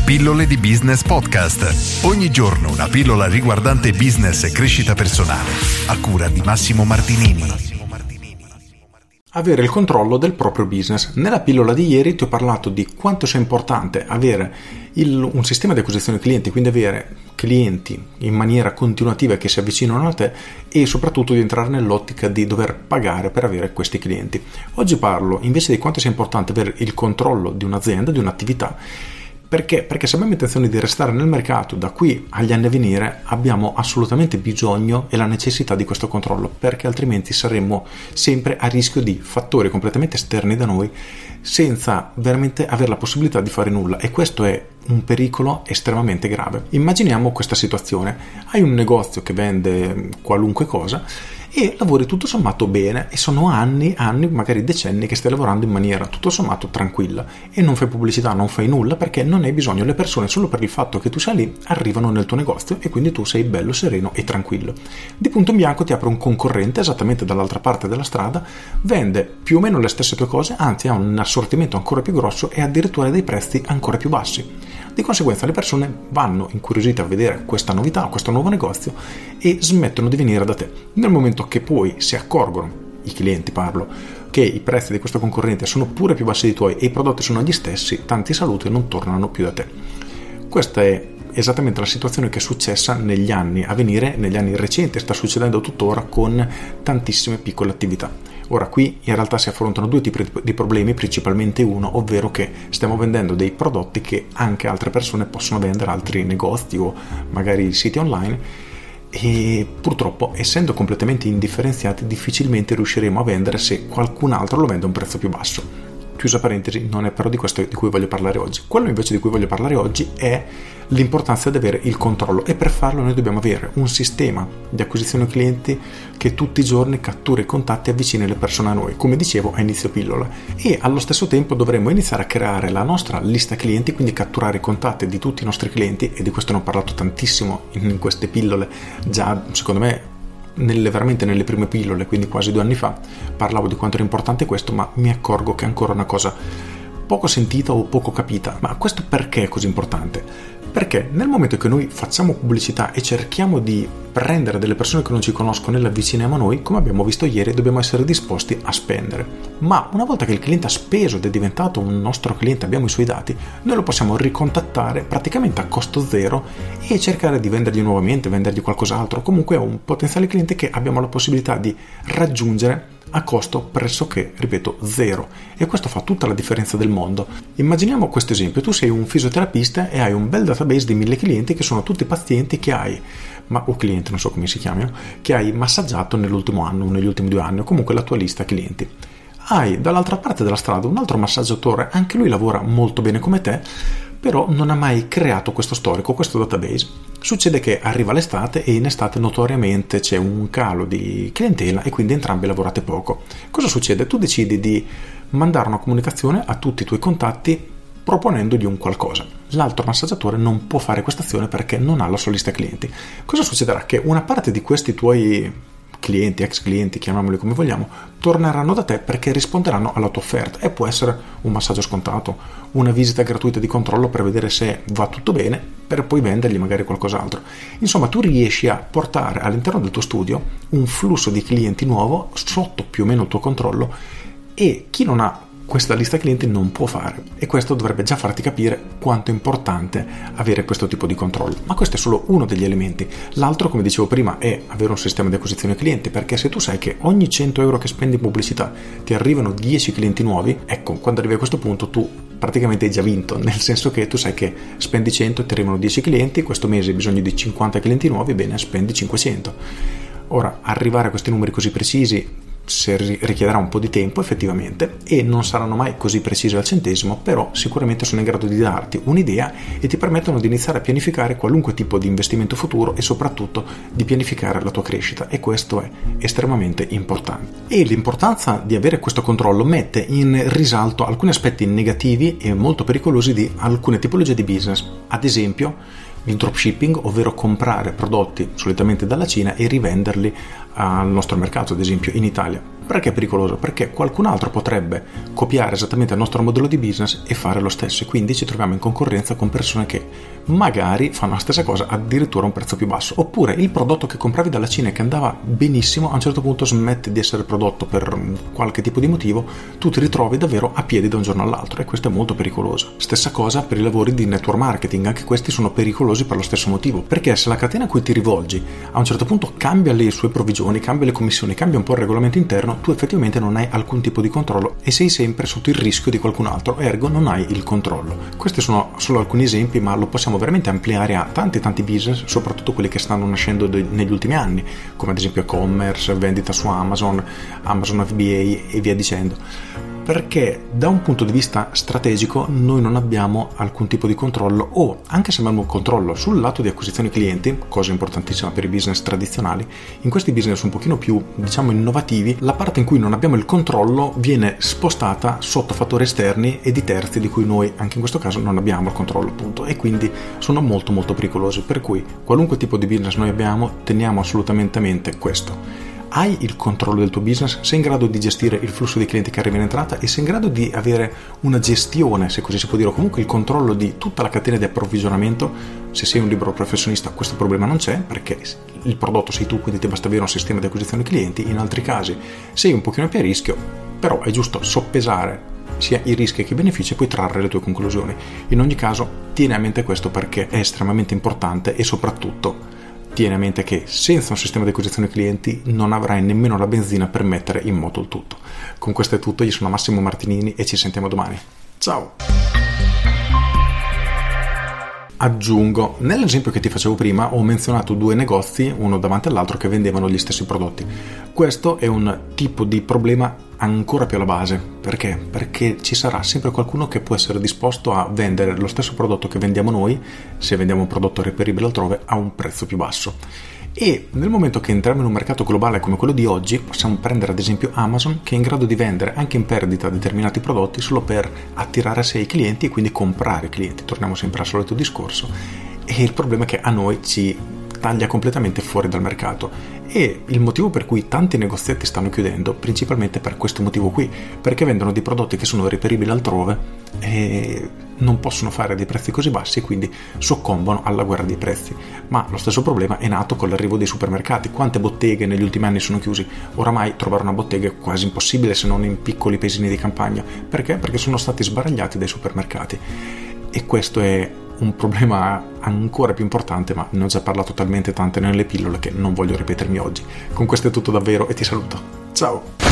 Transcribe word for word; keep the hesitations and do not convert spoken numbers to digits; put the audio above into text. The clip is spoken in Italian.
Pillole di Business Podcast. Ogni giorno una pillola riguardante business e crescita personale. A cura di Massimo Martinini. Avere il controllo del proprio business. Nella pillola di ieri ti ho parlato di quanto sia importante avere il, un sistema di acquisizione clienti, quindi avere clienti in maniera continuativa che si avvicinano a te e soprattutto di entrare nell'ottica di dover pagare per avere questi clienti. Oggi parlo invece di quanto sia importante avere il controllo di un'azienda, di un'attività. Perché? Perché se abbiamo intenzione di restare nel mercato da qui agli anni a venire abbiamo assolutamente bisogno e la necessità di questo controllo, perché altrimenti saremmo sempre a rischio di fattori completamente esterni da noi senza veramente avere la possibilità di fare nulla, e questo è un pericolo estremamente grave. Immaginiamo questa situazione: hai un negozio che vende qualunque cosa e lavori tutto sommato bene, e sono anni, anni, magari decenni che stai lavorando in maniera tutto sommato tranquilla e non fai pubblicità, non fai nulla, perché non hai bisogno. Le persone, solo per il fatto che tu sei lì, arrivano nel tuo negozio e quindi tu sei bello, sereno e tranquillo. Di punto in bianco ti apre un concorrente esattamente dall'altra parte della strada, vende più o meno le stesse tue cose, anzi ha un assortimento ancora più grosso e addirittura dei prezzi ancora più bassi. Di conseguenza le persone vanno incuriosite a vedere questa novità, questo nuovo negozio, e smettono di venire da te. Nel momento che poi si accorgono, i clienti parlo, che i prezzi di questo concorrente sono pure più bassi dei tuoi e i prodotti sono gli stessi, tanti saluti e non tornano più da te. Questa è esattamente la situazione che è successa negli anni a venire, negli anni recenti, sta succedendo tuttora con tantissime piccole attività. Ora qui in realtà si affrontano due tipi di problemi, principalmente uno, ovvero che stiamo vendendo dei prodotti che anche altre persone possono vendere, altri negozi o magari siti online, e purtroppo, essendo completamente indifferenziati, difficilmente riusciremo a vendere se qualcun altro lo vende a un prezzo più basso. Chiusa parentesi, non è però di questo di cui voglio parlare oggi. Quello invece di cui voglio parlare oggi è l'importanza di avere il controllo, e per farlo noi dobbiamo avere un sistema di acquisizione clienti che tutti i giorni cattura i contatti e avvicina le persone a noi, come dicevo a inizio pillola, e allo stesso tempo dovremmo iniziare a creare la nostra lista clienti, quindi catturare i contatti di tutti i nostri clienti, e di questo ne ho parlato tantissimo in queste pillole già, secondo me, Nelle, veramente nelle prime pillole, quindi quasi due anni fa, parlavo di quanto era importante questo, ma mi accorgo che è ancora una cosa poco sentita o poco capita. Ma questo perché è così importante? Perché nel momento che noi facciamo pubblicità e cerchiamo di prendere delle persone che non ci conoscono e le avviciniamo a noi, come abbiamo visto ieri, dobbiamo essere disposti a spendere. Ma una volta che il cliente ha speso ed è diventato un nostro cliente, abbiamo i suoi dati, noi lo possiamo ricontattare praticamente a costo zero e cercare di vendergli nuovamente, vendergli qualcos'altro. Comunque è un potenziale cliente che abbiamo la possibilità di raggiungere a costo pressoché, ripeto, zero, e questo fa tutta la differenza del mondo. Immaginiamo questo esempio: tu sei un fisioterapista e hai un bel database di mille clienti che sono tutti pazienti che hai, ma o clienti, non so come si chiamano, che hai massaggiato nell'ultimo anno o negli ultimi due anni, o comunque la tua lista clienti. Hai dall'altra parte della strada un altro massaggiatore, anche lui lavora molto bene come te, però non ha mai creato questo storico, questo database. Succede che arriva l'estate e in estate notoriamente c'è un calo di clientela e quindi entrambi lavorate poco. Cosa succede? Tu decidi di mandare una comunicazione a tutti i tuoi contatti proponendogli un qualcosa. L'altro massaggiatore non può fare questa azione perché non ha la sua lista clienti. Cosa succederà? Che una parte di questi tuoi clienti, ex clienti, chiamiamoli come vogliamo, torneranno da te perché risponderanno alla tua offerta, e può essere un massaggio scontato, una visita gratuita di controllo per vedere se va tutto bene, per poi vendergli magari qualcos'altro. Insomma, tu riesci a portare all'interno del tuo studio un flusso di clienti nuovo sotto più o meno il tuo controllo, e chi non ha questa lista clienti non può fare, e questo dovrebbe già farti capire quanto è importante avere questo tipo di controllo. Ma questo è solo uno degli elementi. L'altro, come dicevo prima, è avere un sistema di acquisizione clienti, perché se tu sai che ogni cento euro che spendi in pubblicità ti arrivano dieci clienti nuovi, ecco, quando arrivi a questo punto tu praticamente hai già vinto, nel senso che tu sai che spendi cento e ti arrivano dieci clienti, questo mese hai bisogno di cinquanta clienti nuovi, bene, spendi cinquecento. Ora, arrivare a questi numeri così precisi se richiederà un po' di tempo effettivamente, e non saranno mai così precisi al centesimo, però sicuramente sono in grado di darti un'idea e ti permettono di iniziare a pianificare qualunque tipo di investimento futuro e soprattutto di pianificare la tua crescita, e questo è estremamente importante. E l'importanza di avere questo controllo mette in risalto alcuni aspetti negativi e molto pericolosi di alcune tipologie di business, ad esempio il dropshipping, ovvero comprare prodotti solitamente dalla Cina e rivenderli al nostro mercato, ad esempio in Italia. Perché è pericoloso? Perché qualcun altro potrebbe copiare esattamente il nostro modello di business e fare lo stesso, e quindi ci troviamo in concorrenza con persone che magari fanno la stessa cosa addirittura a un prezzo più basso. Oppure il prodotto che compravi dalla Cina e che andava benissimo a un certo punto smette di essere prodotto per qualche tipo di motivo, tu ti ritrovi davvero a piedi da un giorno all'altro, e questo è molto pericoloso. Stessa cosa per i lavori di network marketing, anche questi sono pericolosi per lo stesso motivo, perché se la catena a cui ti rivolgi a un certo punto cambia le sue provvigioni, cambia le commissioni, cambia un po' il regolamento interno, tu effettivamente non hai alcun tipo di controllo e sei sempre sotto il rischio di qualcun altro, ergo non hai il controllo. Questi sono solo alcuni esempi, ma lo possiamo veramente ampliare a tanti tanti business, soprattutto quelli che stanno nascendo de- negli ultimi anni, come ad esempio e-commerce, vendita su Amazon, Amazon F B A e via dicendo. Perché da un punto di vista strategico noi non abbiamo alcun tipo di controllo, o anche se abbiamo un controllo sul lato di acquisizione clienti, cosa importantissima per i business tradizionali, in questi business un pochino più, diciamo, innovativi, la parte in cui non abbiamo il controllo viene spostata sotto fattori esterni e di terzi di cui noi anche in questo caso non abbiamo il controllo, appunto, e quindi sono molto molto pericolosi. Per cui qualunque tipo di business noi abbiamo, teniamo assolutamente a mente questo. Hai il controllo del tuo business? Sei in grado di gestire il flusso di clienti che arriva in entrata, e sei in grado di avere una gestione, se così si può dire, o comunque il controllo di tutta la catena di approvvigionamento? Se sei un libero professionista questo problema non c'è, perché il prodotto sei tu, quindi ti basta avere un sistema di acquisizione clienti. In altri casi sei un pochino più a rischio, però è giusto soppesare sia i rischi che i benefici e poi trarre le tue conclusioni. In ogni caso tieni a mente questo, perché è estremamente importante, e soprattutto tieni a mente che senza un sistema di acquisizione clienti non avrai nemmeno la benzina per mettere in moto il tutto. Con questo è tutto, io sono Massimo Martinini e ci sentiamo domani. Ciao! Aggiungo, nell'esempio che ti facevo prima ho menzionato due negozi, uno davanti all'altro, che vendevano gli stessi prodotti. Questo è un tipo di problema ancora più alla base. Perché? Perché ci sarà sempre qualcuno che può essere disposto a vendere lo stesso prodotto che vendiamo noi, se vendiamo un prodotto reperibile altrove, a un prezzo più basso. E nel momento che entriamo in un mercato globale come quello di oggi, possiamo prendere ad esempio Amazon, che è in grado di vendere anche in perdita determinati prodotti solo per attirare a sé i clienti e quindi comprare i clienti. Torniamo sempre al solito discorso, e il problema è che a noi ci taglia completamente fuori dal mercato, e il motivo per cui tanti negozietti stanno chiudendo principalmente per questo motivo qui, perché vendono dei prodotti che sono reperibili altrove e non possono fare dei prezzi così bassi, e quindi soccombono alla guerra dei prezzi. Ma lo stesso problema è nato con l'arrivo dei supermercati. Quante botteghe negli ultimi anni sono chiusi? Oramai trovare una bottega è quasi impossibile, se non in piccoli paesini di campagna. Perché? Perché sono stati sbaragliati dai supermercati, e questo è un problema ancora più importante, ma ne ho già parlato talmente tante nelle pillole che non voglio ripetermi oggi. Con questo è tutto davvero, e ti saluto. Ciao!